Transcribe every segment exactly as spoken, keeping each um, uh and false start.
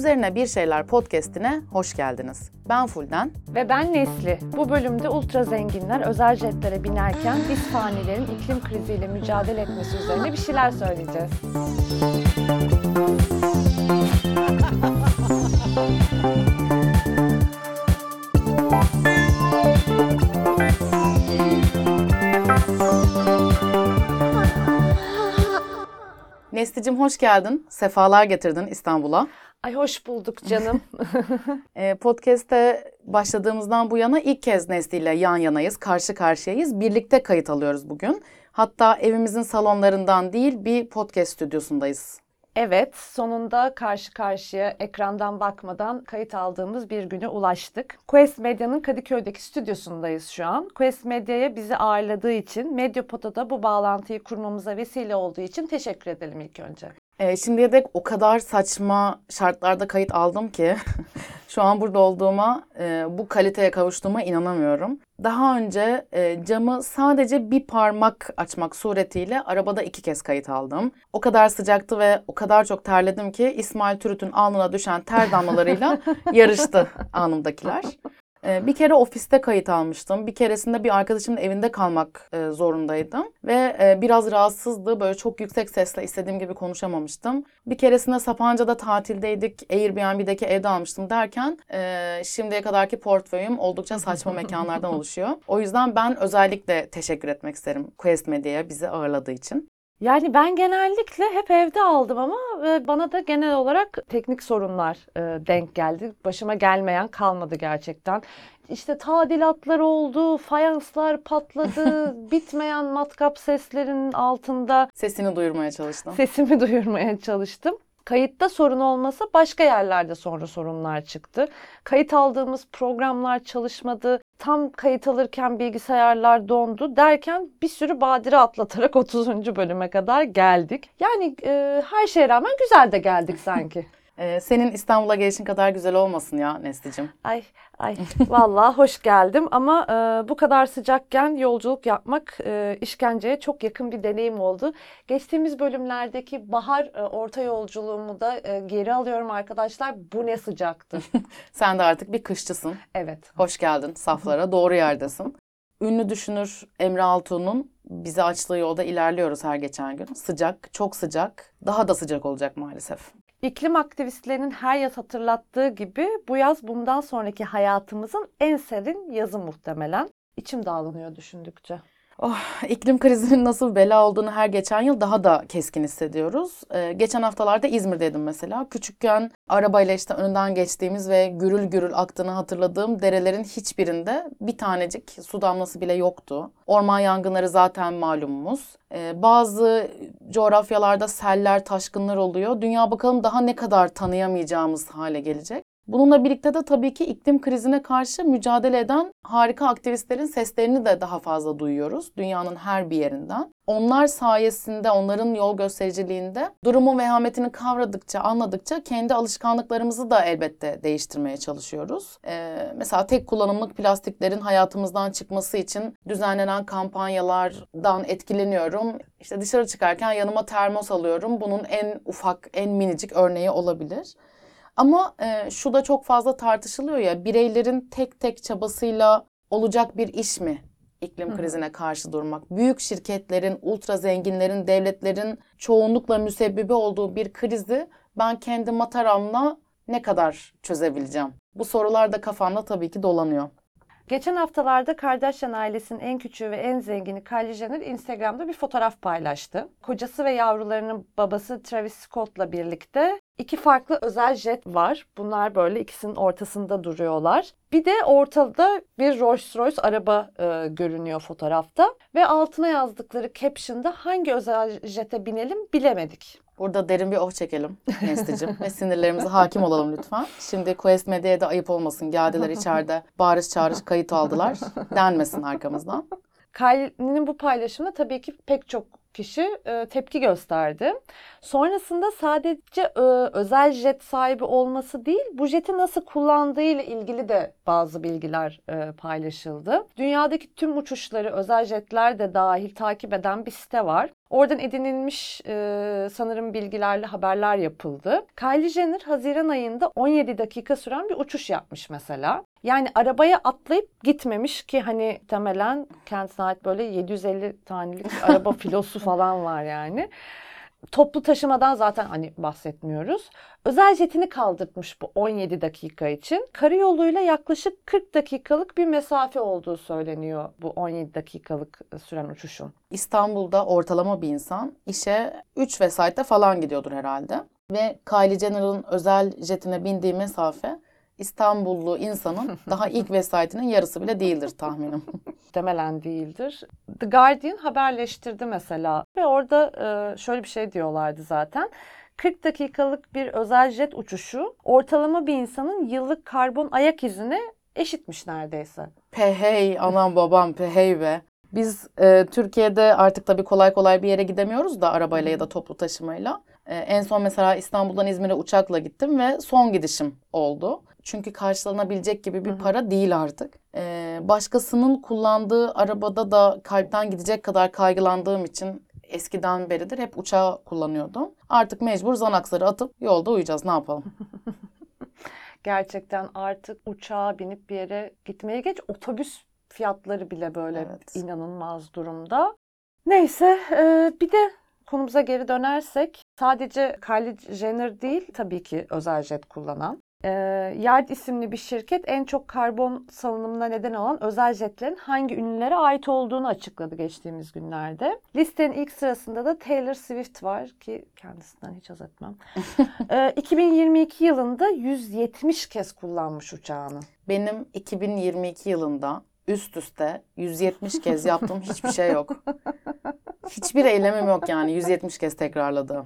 Üzerine Bir Şeyler Podcast'ine hoş geldiniz. Ben Fulden. Ve ben Nesli. Bu bölümde ultra zenginler özel jetlere binerken biz fanilerin iklim kriziyle mücadele etmesi üzerine bir şeyler söyleyeceğiz. Nesli'cim hoş geldin. Sefalar getirdin İstanbul'a. Ay hoş bulduk canım. Podcast'te başladığımızdan bu yana ilk kez Nesli ile yan yanayız, karşı karşıyayız. Birlikte kayıt alıyoruz bugün. Hatta evimizin salonlarından değil bir podcast stüdyosundayız. Evet, sonunda karşı karşıya ekrandan bakmadan kayıt aldığımız bir güne ulaştık. Quest Medya'nın Kadıköy'deki stüdyosundayız şu an. Quest Medya'ya bizi ağırladığı için, Medyapod'a bu bağlantıyı kurmamıza vesile olduğu için teşekkür edelim ilk önce. E, şimdiye dek o kadar saçma şartlarda kayıt aldım ki şu an burada olduğuma, e, bu kaliteye kavuştuğuma inanamıyorum. Daha önce e, camı sadece bir parmak açmak suretiyle arabada iki kez kayıt aldım. O kadar sıcaktı ve o kadar çok terledim ki İsmail Türüt'ün alnına düşen ter damlalarıyla yarıştı anımdakiler. Bir kere ofiste kayıt almıştım. Bir keresinde bir arkadaşımın evinde kalmak e, zorundaydım. Ve e, biraz rahatsızdı. Böyle çok yüksek sesle istediğim gibi konuşamamıştım. Bir keresinde Sapanca'da tatildeydik. Airbnb'deki evde almıştım derken e, şimdiye kadarki portföyüm oldukça saçma mekanlardan oluşuyor. O yüzden ben özellikle teşekkür etmek isterim Quest Medya'ya bizi ağırladığı için. Yani ben genellikle hep evde aldım ama bana da genel olarak teknik sorunlar denk geldi. Başıma gelmeyen kalmadı gerçekten. İşte tadilatlar oldu, fayanslar patladı, bitmeyen matkap seslerinin altında. Sesini duyurmaya çalıştım. Sesimi duyurmaya çalıştım. Kayıtta sorun olmasa başka yerlerde sonra sorunlar çıktı. Kayıt aldığımız programlar çalışmadı. Tam kayıt alırken bilgisayarlar dondu derken bir sürü badire atlatarak otuzuncu bölüme kadar geldik. Yani e, her şeye rağmen güzel de geldik sanki. Ee, senin İstanbul'a gelişin kadar güzel olmasın ya Nesli'cim. Ay ay vallahi hoş geldim ama e, bu kadar sıcakken yolculuk yapmak e, işkenceye çok yakın bir deneyim oldu. Geçtiğimiz bölümlerdeki bahar e, orta yolculuğumu da e, geri alıyorum arkadaşlar. Bu ne sıcaktı. Sen de artık bir kışçısın. Evet. Hoş geldin saflara, doğru yerdesin. Ünlü düşünür Emre Altuğ'un bizi açtığı yolda ilerliyoruz her geçen gün. Sıcak, çok sıcak, daha da sıcak olacak maalesef. İklim aktivistlerinin her yaz hatırlattığı gibi bu yaz bundan sonraki hayatımızın en serin yazı muhtemelen. İçim dağlanıyor düşündükçe. Oh, iklim krizinin nasıl bela olduğunu her geçen yıl daha da keskin hissediyoruz. Ee, geçen haftalarda İzmir'deydim mesela. Küçükken arabayla işte önünden geçtiğimiz ve gürül gürül aktığını hatırladığım derelerin hiçbirinde bir tanecik su damlası bile yoktu. Orman yangınları zaten malumumuz. Ee, bazı coğrafyalarda seller, taşkınlar oluyor. Dünya bakalım daha ne kadar tanıyamayacağımız hale gelecek. Bununla birlikte de tabii ki iklim krizine karşı mücadele eden harika aktivistlerin seslerini de daha fazla duyuyoruz dünyanın her bir yerinden. Onlar sayesinde, onların yol göstericiliğinde durumun vehametini kavradıkça, anladıkça kendi alışkanlıklarımızı da elbette değiştirmeye çalışıyoruz. Ee, mesela tek kullanımlık plastiklerin hayatımızdan çıkması için düzenlenen kampanyalardan etkileniyorum. İşte dışarı çıkarken yanıma termos alıyorum. Bunun en ufak, en minicik örneği olabilir. Ama e, şu da çok fazla tartışılıyor ya, bireylerin tek tek çabasıyla olacak bir iş mi iklim krizine karşı durmak? Büyük şirketlerin, ultra zenginlerin, devletlerin çoğunlukla müsebbibi olduğu bir krizi ben kendi mataramla ne kadar çözebileceğim? Bu sorular da kafamda tabii ki dolanıyor. Geçen haftalarda Kardashian ailesinin en küçüğü ve en zengini Kylie Jenner Instagram'da bir fotoğraf paylaştı. Kocası ve yavrularının babası Travis Scott'la birlikte iki farklı özel jet var. Bunlar böyle ikisinin ortasında duruyorlar. Bir de ortada bir Rolls Royce araba e, görünüyor fotoğrafta. Ve altına yazdıkları caption'da hangi özel jete binelim bilemedik. Burada derin bir oh çekelim Nesli'cim ve sinirlerimize hakim olalım lütfen. Şimdi Quest Medya'ya da ayıp olmasın. Geldiler içeride bağırış çağırış kayıt aldılar denmesin arkamızdan. Kylie'nin bu paylaşımına tabii ki pek çok kişi e, tepki gösterdi. Sonrasında sadece e, özel jet sahibi olması değil, bu jeti nasıl kullandığı ile ilgili de bazı bilgiler e, paylaşıldı. Dünyadaki tüm uçuşları özel jetler de dahil takip eden bir site var. Oradan edinilmiş e, sanırım bilgilerle haberler yapıldı. Kylie Jenner Haziran ayında on yedi dakika süren bir uçuş yapmış mesela. Yani arabaya atlayıp gitmemiş ki hani muhtemelen kendisine ait böyle yedi yüz elli tanelik bir araba filosu falan var yani. Toplu taşımadan zaten hani bahsetmiyoruz. Özel jetini kaldırtmış bu on yedi dakika için. Karayoluyla yaklaşık kırk dakikalık bir mesafe olduğu söyleniyor bu on yedi dakikalık süren uçuşun. İstanbul'da ortalama bir insan işe üç vesayette falan gidiyordur herhalde. Ve Kylie Jenner'ın özel jetine bindiği mesafe İstanbullu insanın daha ilk vesayetinin yarısı bile değildir tahminim. Muhtemelen değildir. The Guardian haberleştirdi mesela ve orada e, şöyle bir şey diyorlardı zaten. kırk dakikalık bir özel jet uçuşu ortalama bir insanın yıllık karbon ayak izine eşitmiş neredeyse. Pehey anam babam pehey be. Biz e, Türkiye'de artık tabii kolay kolay bir yere gidemiyoruz da arabayla ya da toplu taşımayla. E, en son mesela İstanbul'dan İzmir'e uçakla gittim ve son gidişim oldu. Çünkü karşılanabilecek gibi bir Hı hı. para değil artık. E, başkasının kullandığı arabada da kalpten gidecek kadar kaygılandığım için eskiden beridir hep uçağı kullanıyordum. Artık mecbur zanaksları atıp yolda uyuyacağız, ne yapalım? Gerçekten artık uçağa binip bir yere gitmeye geç, otobüs fiyatları bile böyle Evet. inanılmaz durumda. Neyse e, bir de konumuza geri dönersek sadece Kylie Jenner değil tabii ki özel jet kullanan. E, Yard isimli bir şirket en çok karbon salınımına neden olan özel jetlerin hangi ünlülere ait olduğunu açıkladı geçtiğimiz günlerde. Listenin ilk sırasında da Taylor Swift var ki kendisinden hiç haz etmem. e, iki bin yirmi iki yılında yüz yetmiş kez kullanmış uçağını. Benim iki bin yirmi iki yılında üst üste yüz yetmiş kez yaptığım hiçbir şey yok. Hiçbir eylemim yok yani yüz yetmiş kez tekrarladığım.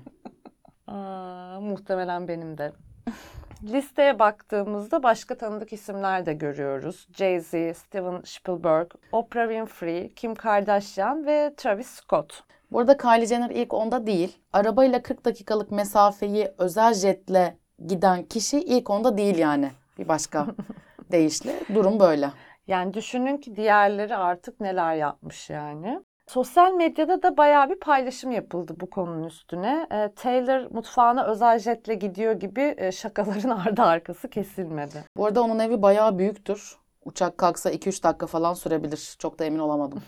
Aa, muhtemelen benim de. Listeye baktığımızda başka tanıdık isimler de görüyoruz. Jay-Z, Steven Spielberg, Oprah Winfrey, Kim Kardashian ve Travis Scott. Burada Kylie Jenner ilk onda değil. Arabayla kırk dakikalık mesafeyi özel jetle giden kişi ilk onda değil yani. Bir başka deyişle. Durum böyle. Yani düşünün ki diğerleri artık neler yapmış yani. Sosyal medyada da bayağı bir paylaşım yapıldı bu konunun üstüne. E, Taylor mutfağına özel jetle gidiyor gibi e, şakaların ardı arkası kesilmedi. Bu arada onun evi bayağı büyüktür. Uçak kalksa iki üç dakika falan sürebilir. Çok da emin olamadım.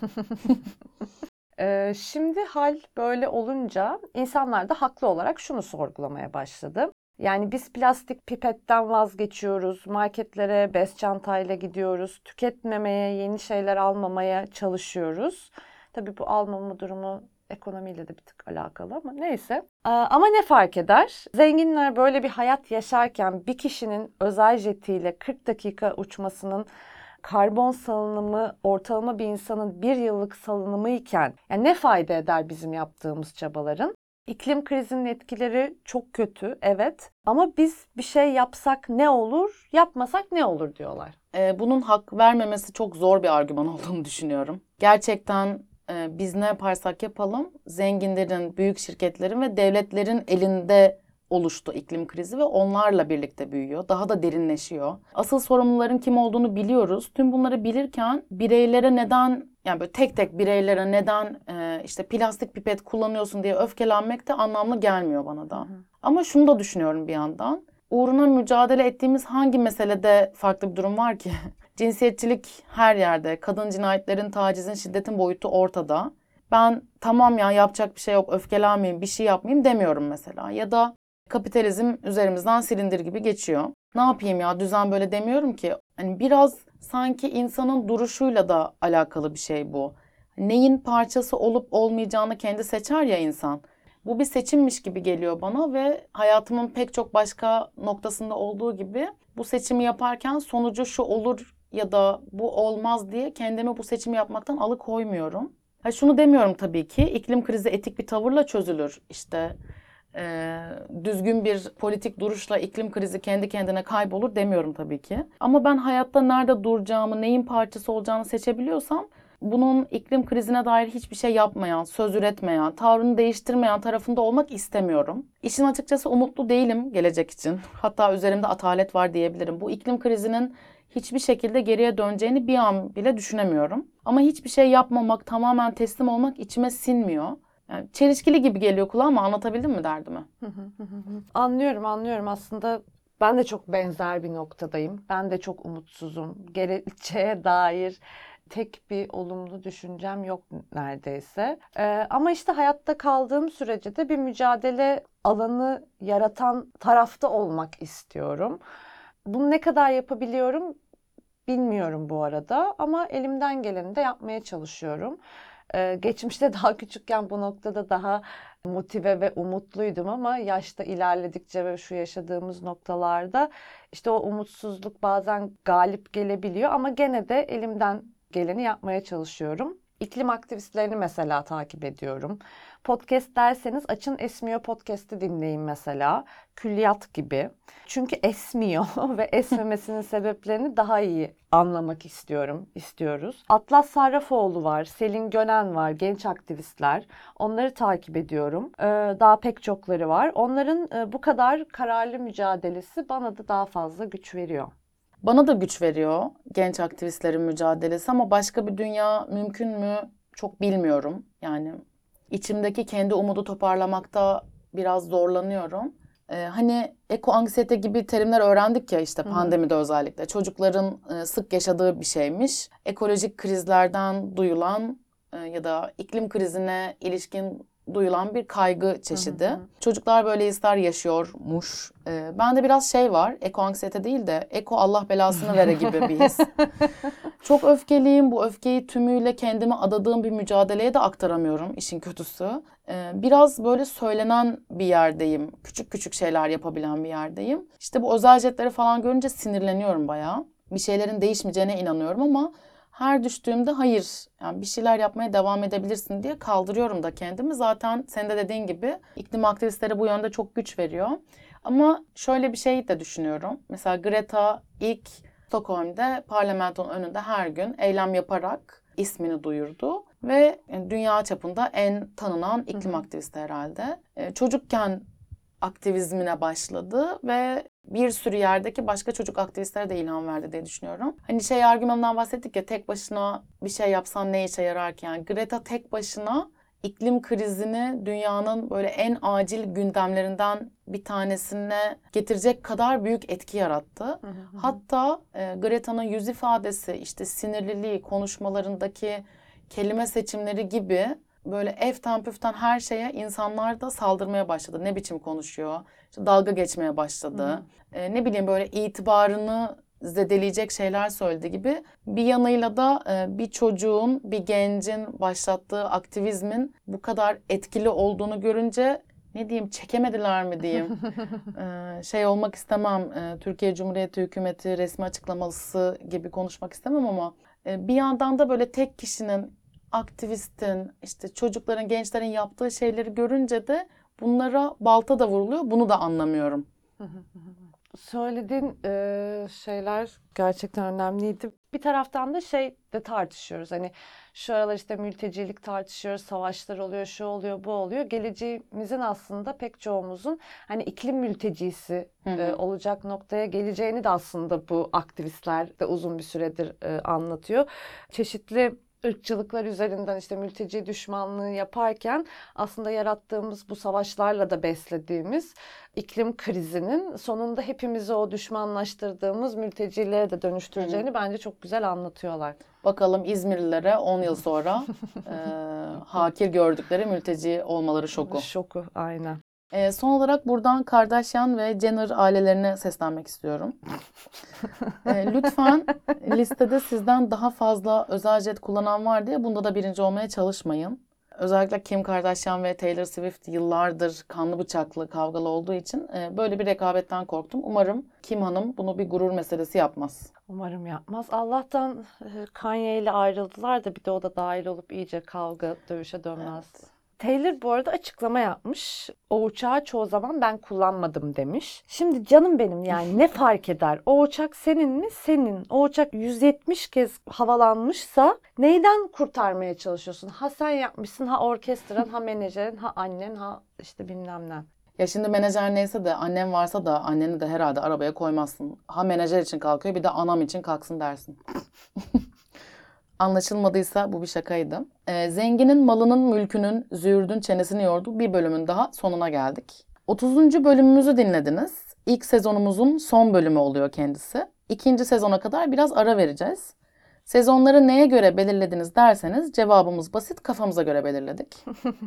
e, şimdi hal böyle olunca insanlar da haklı olarak şunu sorgulamaya başladı. Yani biz plastik pipetten vazgeçiyoruz, marketlere bez çantayla gidiyoruz, tüketmemeye, yeni şeyler almamaya çalışıyoruz. Tabii bu almama durumu ekonomiyle de bir tık alakalı ama neyse. Ama ne fark eder? Zenginler böyle bir hayat yaşarken bir kişinin özel jetiyle kırk dakika uçmasının karbon salınımı ortalama bir insanın bir yıllık salınımı iken yani ne fayda eder bizim yaptığımız çabaların? İklim krizinin etkileri çok kötü, evet. Ama biz bir şey yapsak ne olur, yapmasak ne olur diyorlar. Ee, bunun hak vermemesi çok zor bir argüman olduğunu düşünüyorum. Gerçekten e, biz ne yaparsak yapalım, zenginlerin, büyük şirketlerin ve devletlerin elinde oluştu iklim krizi ve onlarla birlikte büyüyor. Daha da derinleşiyor. Asıl sorumluların kim olduğunu biliyoruz. Tüm bunları bilirken bireylere neden, yani böyle tek tek bireylere neden e, işte plastik pipet kullanıyorsun diye öfkelenmek de anlamlı gelmiyor bana da. Hı hı. Ama şunu da düşünüyorum bir yandan. Uğruna mücadele ettiğimiz hangi meselede farklı bir durum var ki? Cinsiyetçilik her yerde. Kadın cinayetlerin, tacizin, şiddetin boyutu ortada. Ben tamam ya yapacak bir şey yok, öfkelenmeyeyim, bir şey yapmayayım demiyorum mesela. Ya da kapitalizm üzerimizden silindir gibi geçiyor. Ne yapayım ya, düzen böyle demiyorum ki. Hani biraz sanki insanın duruşuyla da alakalı bir şey bu. Neyin parçası olup olmayacağını kendi seçer ya insan. Bu bir seçimmiş gibi geliyor bana ve hayatımın pek çok başka noktasında olduğu gibi bu seçimi yaparken sonucu şu olur ya da bu olmaz diye kendimi bu seçimi yapmaktan alıkoymuyorum. Ha, şunu demiyorum tabii ki, iklim krizi etik bir tavırla çözülür. İşte e, düzgün bir politik duruşla iklim krizi kendi kendine kaybolur demiyorum tabii ki. Ama ben hayatta nerede duracağımı, neyin parçası olacağını seçebiliyorsam bunun iklim krizine dair hiçbir şey yapmayan, söz üretmeyen, tavrını değiştirmeyen tarafında olmak istemiyorum. İşin açıkçası umutlu değilim gelecek için. Hatta üzerimde atalet var diyebilirim. Bu iklim krizinin hiçbir şekilde geriye döneceğini bir an bile düşünemiyorum. Ama hiçbir şey yapmamak, tamamen teslim olmak içime sinmiyor. Yani çelişkili gibi geliyor kulağa ama anlatabildim mi derdimi? Anlıyorum, anlıyorum. Aslında ben de çok benzer bir noktadayım. Ben de çok umutsuzum. Geleceğe dair tek bir olumlu düşüncem yok neredeyse. Ee, ama işte hayatta kaldığım sürece de bir mücadele alanı yaratan tarafta olmak istiyorum. Bunu ne kadar yapabiliyorum bilmiyorum bu arada ama elimden geleni de yapmaya çalışıyorum. Ee, geçmişte daha küçükken bu noktada daha motive ve umutluydum ama yaşta ilerledikçe ve şu yaşadığımız noktalarda işte o umutsuzluk bazen galip gelebiliyor ama gene de elimden geleni yapmaya çalışıyorum. İklim aktivistlerini mesela takip ediyorum. Podcast derseniz açın Esmiyor Podcast'ı dinleyin mesela. Külliyat gibi. Çünkü esmiyor ve esmemesinin sebeplerini daha iyi anlamak istiyorum, istiyoruz. Atlas Sarrafoğlu var, Selin Gönen var, genç aktivistler. Onları takip ediyorum. Ee, daha pek çokları var. Onların e, bu kadar kararlı mücadelesi bana da daha fazla güç veriyor. Bana da güç veriyor genç aktivistlerin mücadelesi ama başka bir dünya mümkün mü çok bilmiyorum. Yani içimdeki kendi umudu toparlamakta biraz zorlanıyorum. Ee, hani eko anksiyete gibi terimler öğrendik ya işte pandemide özellikle. Çocukların e, sık yaşadığı bir şeymiş. Ekolojik krizlerden duyulan e, ya da iklim krizine ilişkin duyulan bir kaygı çeşidi. Hı hı. Çocuklar böyle hisler yaşıyormuş. Ee, bende biraz şey var. Eko anksiyete değil de eko Allah belasını vere gibi bir his. Çok öfkeliyim. Bu öfkeyi tümüyle kendime adadığım bir mücadeleye de aktaramıyorum işin kötüsü. Ee, biraz böyle söylenen bir yerdeyim. Küçük küçük şeyler yapabilen bir yerdeyim. İşte bu özel jetleri falan görünce sinirleniyorum bayağı. Bir şeylerin değişmeyeceğine inanıyorum ama her düştüğümde hayır, yani bir şeyler yapmaya devam edebilirsin diye kaldırıyorum da kendimi. Zaten senin de dediğin gibi iklim aktivistleri bu yönde çok güç veriyor. Ama şöyle bir şey de düşünüyorum. Mesela Greta ilk Stockholm'de parlamentonun önünde her gün eylem yaparak ismini duyurdu. Ve dünya çapında en tanınan iklim aktivisti herhalde. Çocukken aktivizmine başladı ve bir sürü yerdeki başka çocuk aktivistlere de ilham verdi diye düşünüyorum. Hani şey argümanından bahsettik ya, tek başına bir şey yapsan ne işe yarar ki? Yani Greta tek başına iklim krizini dünyanın böyle en acil gündemlerinden bir tanesine getirecek kadar büyük etki yarattı. Hı hı hı. Hatta e, Greta'nın yüz ifadesi, işte sinirliliği, konuşmalarındaki kelime seçimleri gibi böyle eften püften her şeye insanlar da saldırmaya başladı. Ne biçim konuşuyor? İşte dalga geçmeye başladı. E, ne bileyim böyle itibarını zedeleyecek şeyler söyledi gibi. Bir yanıyla da e, bir çocuğun, bir gencin başlattığı aktivizmin bu kadar etkili olduğunu görünce ne diyeyim, çekemediler mi diyeyim. ee, şey olmak istemem, e, Türkiye Cumhuriyeti Hükümeti resmi açıklaması gibi konuşmak istemem ama e, bir yandan da böyle tek kişinin, aktivistin, işte çocukların, gençlerin yaptığı şeyleri görünce de bunlara balta da vuruluyor. Bunu da anlamıyorum. Söylediğin e, şeyler gerçekten önemliydi. Bir taraftan da şey de tartışıyoruz. Hani şu aralar işte mültecilik tartışıyoruz, savaşlar oluyor, şu oluyor, bu oluyor. Geleceğimizin aslında pek çoğumuzun hani iklim mültecisi e, olacak noktaya geleceğini de aslında bu aktivistler de uzun bir süredir e, anlatıyor. Çeşitli ırkçılıklar üzerinden işte mülteci düşmanlığı yaparken aslında yarattığımız bu savaşlarla da beslediğimiz iklim krizinin sonunda hepimizi o düşmanlaştırdığımız mültecilere de dönüştüreceğini Hı. bence çok güzel anlatıyorlar. Bakalım İzmirlilere on yıl sonra e, hakir gördükleri mülteci olmaları şoku. Şoku, aynen. E, son olarak buradan Kardashian ve Jenner ailelerine seslenmek istiyorum. e, lütfen listede sizden daha fazla özel jet kullanan var diye bunda da birinci olmaya çalışmayın. Özellikle Kim Kardashian ve Taylor Swift yıllardır kanlı bıçaklı, kavgalı olduğu için e, böyle bir rekabetten korktum. Umarım Kim Hanım bunu bir gurur meselesi yapmaz. Umarım yapmaz. Allah'tan Kanye ile ayrıldılar da bir de o da dahil olup iyice kavga, dövüşe dönmez. Evet. Taylor bu arada açıklama yapmış. O uçağı çoğu zaman ben kullanmadım demiş. Şimdi canım benim, yani ne fark eder? O uçak senin mi? Senin. O uçak yüz yetmiş kez havalanmışsa neyden kurtarmaya çalışıyorsun? Ha sen yapmışsın, ha orkestran, ha menajerin, ha annen, ha işte bilmem ne. Ya şimdi menajer neyse de annem varsa da anneni de herhalde arabaya koymazsın. Ha menajer için kalkıyor, bir de anam için kalksın dersin. Anlaşılmadıysa bu bir şakaydı. Ee, zenginin malının, mülkünün, züğürdün çenesini yorduğu bir bölümün daha sonuna geldik. otuzuncu bölümümüzü dinlediniz. İlk sezonumuzun son bölümü oluyor kendisi. İkinci sezona kadar biraz ara vereceğiz. Sezonları neye göre belirlediniz derseniz cevabımız basit, kafamıza göre belirledik.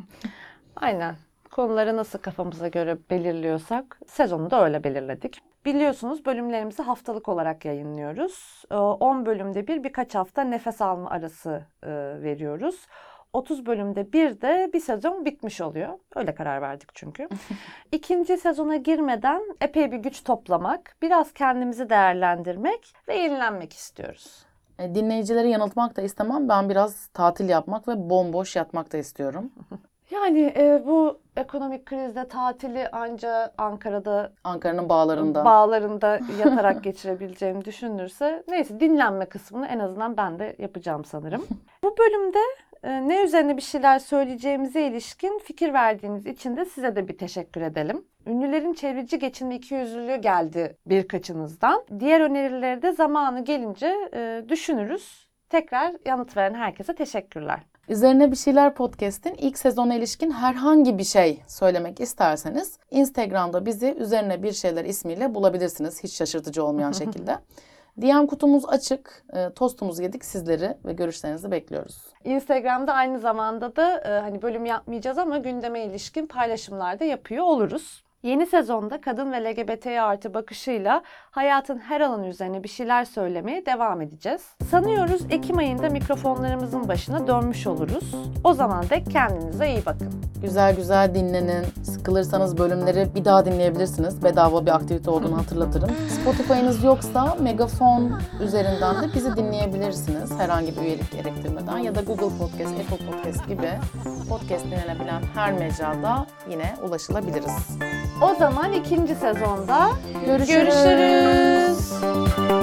Aynen. Konuları nasıl kafamıza göre belirliyorsak sezonu da öyle belirledik. Biliyorsunuz bölümlerimizi haftalık olarak yayınlıyoruz. on bölümde bir birkaç hafta nefes alma arası veriyoruz. otuz bölümde bir de bir sezon bitmiş oluyor. Öyle karar verdik çünkü. İkinci sezona girmeden epey bir güç toplamak, biraz kendimizi değerlendirmek ve yenilenmek istiyoruz. Dinleyicileri yanıltmak da istemem. Ben biraz tatil yapmak ve bomboş yatmak da istiyorum. Yani e, bu ekonomik krizde tatili anca Ankara'da, Ankara'nın bağlarında. bağlarında yatarak geçirebileceğimi düşünülürse neyse dinlenme kısmını en azından ben de yapacağım sanırım. Bu bölümde e, ne üzerine bir şeyler söyleyeceğimize ilişkin fikir verdiğiniz için de size de bir teşekkür edelim. Ünlülerin çevreci geçinme ikiyüzlülüğü geldi birkaçınızdan. Diğer önerileri de zamanı gelince e, düşünürüz. Tekrar yanıt veren herkese teşekkürler. Üzerine bir şeyler podcast'in ilk sezona ilişkin herhangi bir şey söylemek isterseniz Instagram'da bizi üzerine bir şeyler ismiyle bulabilirsiniz. Hiç şaşırtıcı olmayan şekilde. D M kutumuz açık. E, tostumuzu yedik, sizleri ve görüşlerinizi bekliyoruz. Instagram'da aynı zamanda da e, hani bölüm yapmayacağız ama gündeme ilişkin paylaşımlar da yapıyor oluruz. Yeni sezonda kadın ve L G B T artı bakışıyla hayatın her alanı üzerine bir şeyler söylemeye devam edeceğiz. Sanıyoruz Ekim ayında mikrofonlarımızın başına dönmüş oluruz. O zaman dek kendinize iyi bakın. Güzel güzel dinlenin. Sıkılırsanız bölümleri bir daha dinleyebilirsiniz. Bedava bir aktivite olduğunu hatırlatırım. Spotify'ınız yoksa Megafon üzerinden de bizi dinleyebilirsiniz. Herhangi bir üyelik gerektirmeden ya da Google Podcast, Apple Podcast gibi podcast dinlenebilen her mecrada yine ulaşılabiliriz. O zaman ikinci sezonda Görüşürüz. görüşürüz.